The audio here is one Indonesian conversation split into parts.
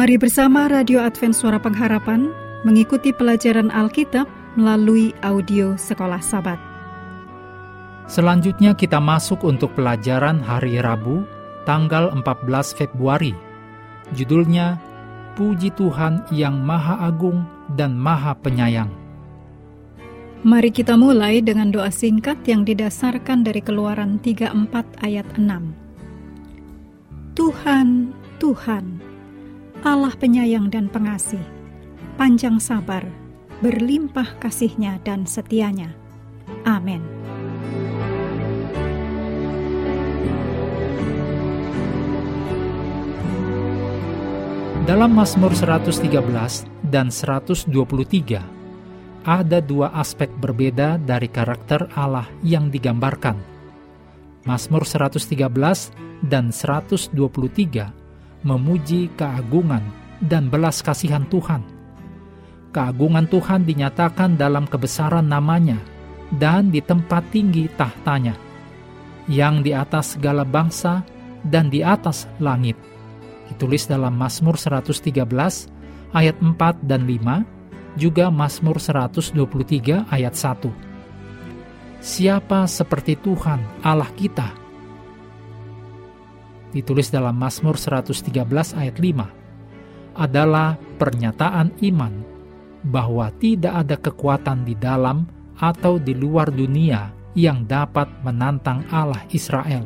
Mari bersama Radio Advent Suara Pengharapan mengikuti pelajaran Alkitab melalui audio Sekolah Sabat. Selanjutnya kita masuk untuk pelajaran hari Rabu, tanggal 14 Februari. Judulnya, Puji Tuhan yang Maha Agung dan Maha Penyayang. Mari kita mulai dengan doa singkat yang didasarkan dari Keluaran 34 ayat 6. Tuhan, Tuhan, Allah penyayang dan pengasih, panjang sabar, berlimpah kasih-Nya dan setia-Nya. Amin. Dalam Mazmur 113 dan 123, ada dua aspek berbeda dari karakter Allah yang digambarkan. Mazmur 113 dan 123 memuji keagungan dan belas kasihan Tuhan. Keagungan Tuhan dinyatakan dalam kebesaran namanya dan di tempat tinggi tahtanya, yang di atas segala bangsa dan di atas langit. Ditulis dalam Mazmur 113 ayat 4 dan 5, juga Mazmur 123 ayat 1. Siapa seperti Tuhan Allah kita? Ditulis dalam Mazmur 113 ayat 5, adalah pernyataan iman bahwa tidak ada kekuatan di dalam atau di luar dunia yang dapat menantang Allah Israel.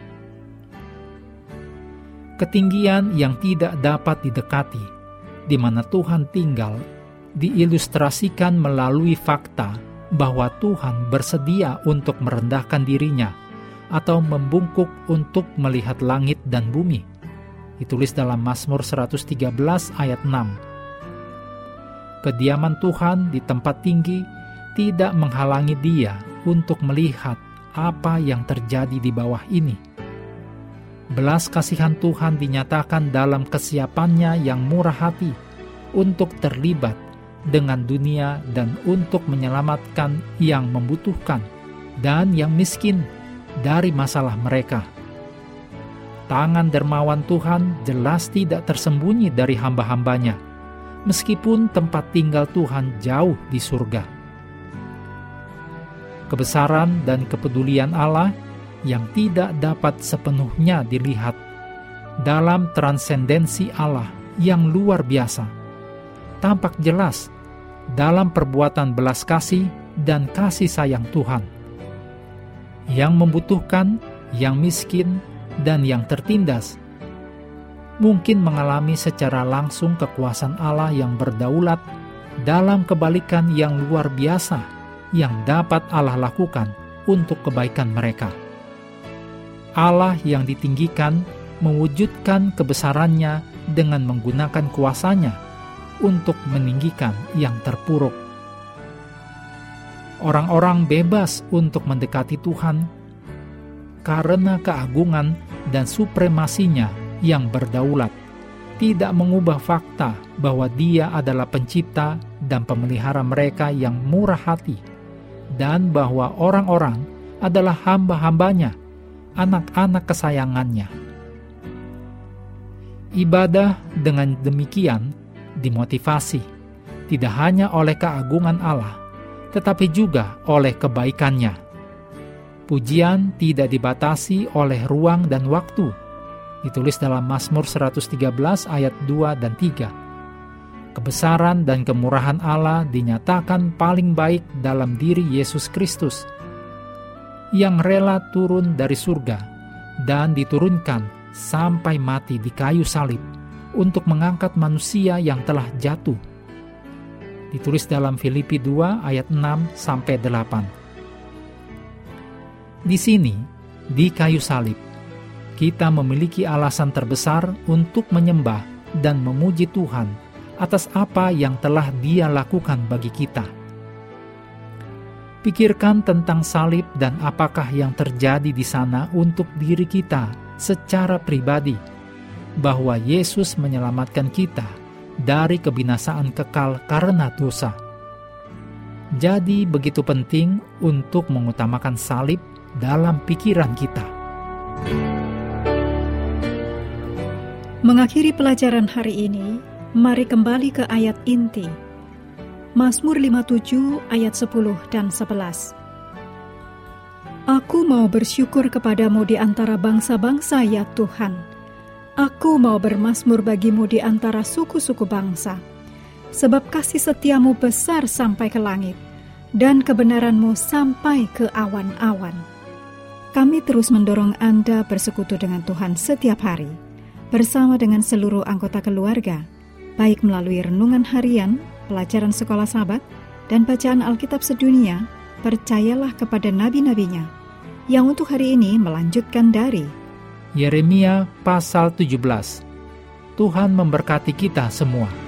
Ketinggian yang tidak dapat didekati, di mana Tuhan tinggal, diilustrasikan melalui fakta bahwa Tuhan bersedia untuk merendahkan dirinya atau membungkuk untuk melihat langit dan bumi. Ditulis dalam Mazmur 113 ayat 6. Kediaman Tuhan di tempat tinggi tidak menghalangi Dia untuk melihat apa yang terjadi di bawah ini. Belas kasihan Tuhan dinyatakan dalam kesiapan-Nya yang murah hati untuk terlibat dengan dunia dan untuk menyelamatkan yang membutuhkan dan yang miskin dari masalah mereka. Tangan dermawan Tuhan jelas tidak tersembunyi dari hamba-hambanya, meskipun tempat tinggal Tuhan jauh di surga. Kebesaran dan kepedulian Allah yang tidak dapat sepenuhnya dilihat dalam transendensi Allah yang luar biasa, tampak jelas dalam perbuatan belas kasih dan kasih sayang Tuhan. Yang membutuhkan, yang miskin, dan yang tertindas mungkin mengalami secara langsung kekuasaan Allah yang berdaulat dalam kebalikan yang luar biasa yang dapat Allah lakukan untuk kebaikan mereka. Allah yang ditinggikan mewujudkan kebesarannya dengan menggunakan kuasanya untuk meninggikan yang terpuruk. Orang-orang bebas untuk mendekati Tuhan karena keagungan dan supremasinya yang berdaulat, tidak mengubah fakta bahwa Dia adalah pencipta dan pemelihara mereka yang murah hati, dan bahwa orang-orang adalah hamba-hambanya, anak-anak kesayangannya. Ibadah dengan demikian dimotivasi tidak hanya oleh keagungan Allah, tetapi juga oleh kebaikannya. Pujian tidak dibatasi oleh ruang dan waktu. Ditulis dalam Mazmur 113 ayat 2 dan 3. Kebesaran dan kemurahan Allah dinyatakan paling baik dalam diri Yesus Kristus, yang rela turun dari surga dan diturunkan sampai mati di kayu salib untuk mengangkat manusia yang telah jatuh. Ditulis dalam Filipi 2 ayat 6-8. Di sini, di kayu salib, kita memiliki alasan terbesar untuk menyembah dan memuji Tuhan atas apa yang telah Dia lakukan bagi kita. Pikirkan tentang salib dan apakah yang terjadi di sana untuk diri kita secara pribadi, bahwa Yesus menyelamatkan kita dari kebinasaan kekal karena dosa. Jadi begitu penting untuk mengutamakan salib dalam pikiran kita. Mengakhiri pelajaran hari ini, mari kembali ke ayat inti. Mazmur 57 ayat 10 dan 11. Aku mau bersyukur kepadamu di antara bangsa-bangsa, ya Tuhan. Aku mau bermazmur bagimu di antara suku-suku bangsa. Sebab kasih setiamu besar sampai ke langit, dan kebenaranmu sampai ke awan-awan. Kami terus mendorong Anda bersekutu dengan Tuhan setiap hari, bersama dengan seluruh anggota keluarga, baik melalui renungan harian, pelajaran sekolah Sabat, dan bacaan Alkitab sedunia. Percayalah kepada nabi-nabinya, yang untuk hari ini melanjutkan dari Yeremia pasal 17. Tuhan memberkati kita semua.